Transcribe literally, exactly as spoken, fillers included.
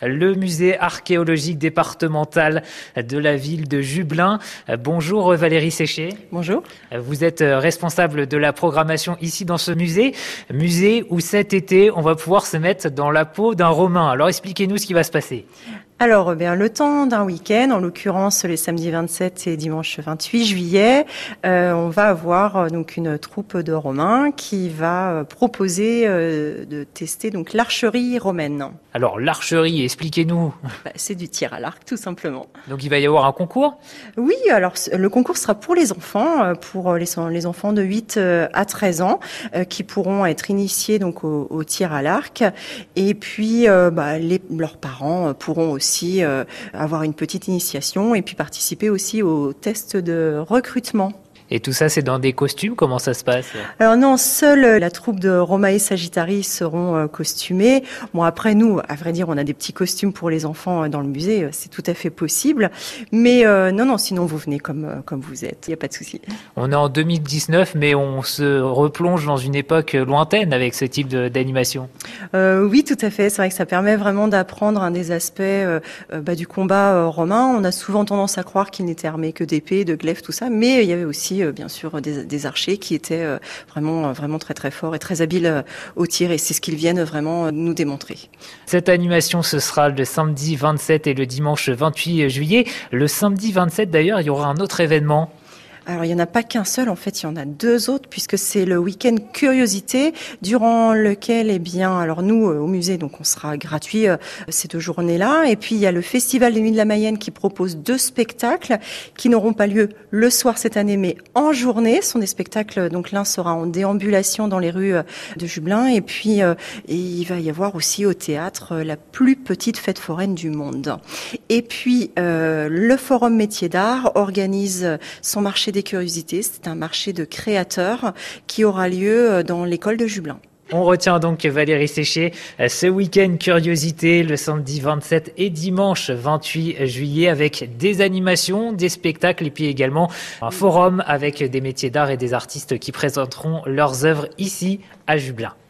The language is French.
le musée archéologique départemental de la ville de Jublain. Bonjour Valérie Séché. Bonjour. Vous êtes responsable de la programmation ici dans ce musée, musée où cet été on va pouvoir se mettre dans la peau d'un Romain. Alors expliquez-nous ce qui va se passer. Alors, bien, le temps d'un week-end, en l'occurrence les samedis vingt-sept et dimanche vingt-huit juillet, euh, on va avoir euh, donc une troupe de Romains qui va euh, proposer euh, de tester donc l'archerie romaine. Alors l'archerie, expliquez-nous. Bah, c'est du tir à l'arc, tout simplement. Donc il va y avoir un concours ? Oui, alors le concours sera pour les enfants, pour les, les enfants de huit à treize ans, euh, qui pourront être initiés donc au, au tir à l'arc. Et puis, euh, bah, les, leurs parents pourront aussi aussi euh, avoir une petite initiation et puis participer aussi au test de recrutement. Et tout ça, c'est dans des costumes? Comment ça se passe? Alors non, seule la troupe de Romae Sagittari seront euh, costumés. Bon, après, nous, à vrai dire, on a des petits costumes pour les enfants euh, dans le musée. C'est tout à fait possible. Mais euh, non, non, sinon, vous venez comme, euh, comme vous êtes. Il n'y a pas de souci. On est en deux mille dix-neuf, mais on se replonge dans une époque lointaine avec ce type de, d'animation. Euh, oui, tout à fait. C'est vrai que ça permet vraiment d'apprendre un des aspects euh, bah, du combat euh, romain. On a souvent tendance à croire qu'il n'était armé que d'épées, de glaives, tout ça. Mais il y avait aussi bien sûr des, des archers qui étaient vraiment vraiment très très forts et très habiles au tir, et c'est ce qu'ils viennent vraiment nous démontrer. Cette animation, ce sera le samedi vingt-sept et le dimanche vingt-huit juillet. Le samedi vingt-sept d'ailleurs, il y aura un autre événement. Alors, il n'y en a pas qu'un seul, en fait, il y en a deux autres, puisque c'est le week-end curiosité, durant lequel, eh bien, alors nous, au musée, donc on sera gratuit euh, ces deux journées-là. Et puis, il y a le Festival des Nuits de la Mayenne qui propose deux spectacles qui n'auront pas lieu le soir cette année, mais en journée. Ce sont des spectacles, donc l'un sera en déambulation dans les rues de Jublain. Et puis, euh, et il va y avoir aussi au théâtre la plus petite fête foraine du monde. Et puis, euh, le Forum Métiers d'Art organise son marché des curiosités. C'est un marché de créateurs qui aura lieu dans l'école de Jublain. On retient donc Valérie Séché ce week-end curiosité le samedi vingt-sept et dimanche vingt-huit juillet avec des animations, des spectacles et puis également un forum avec des métiers d'art et des artistes qui présenteront leurs œuvres ici à Jublain.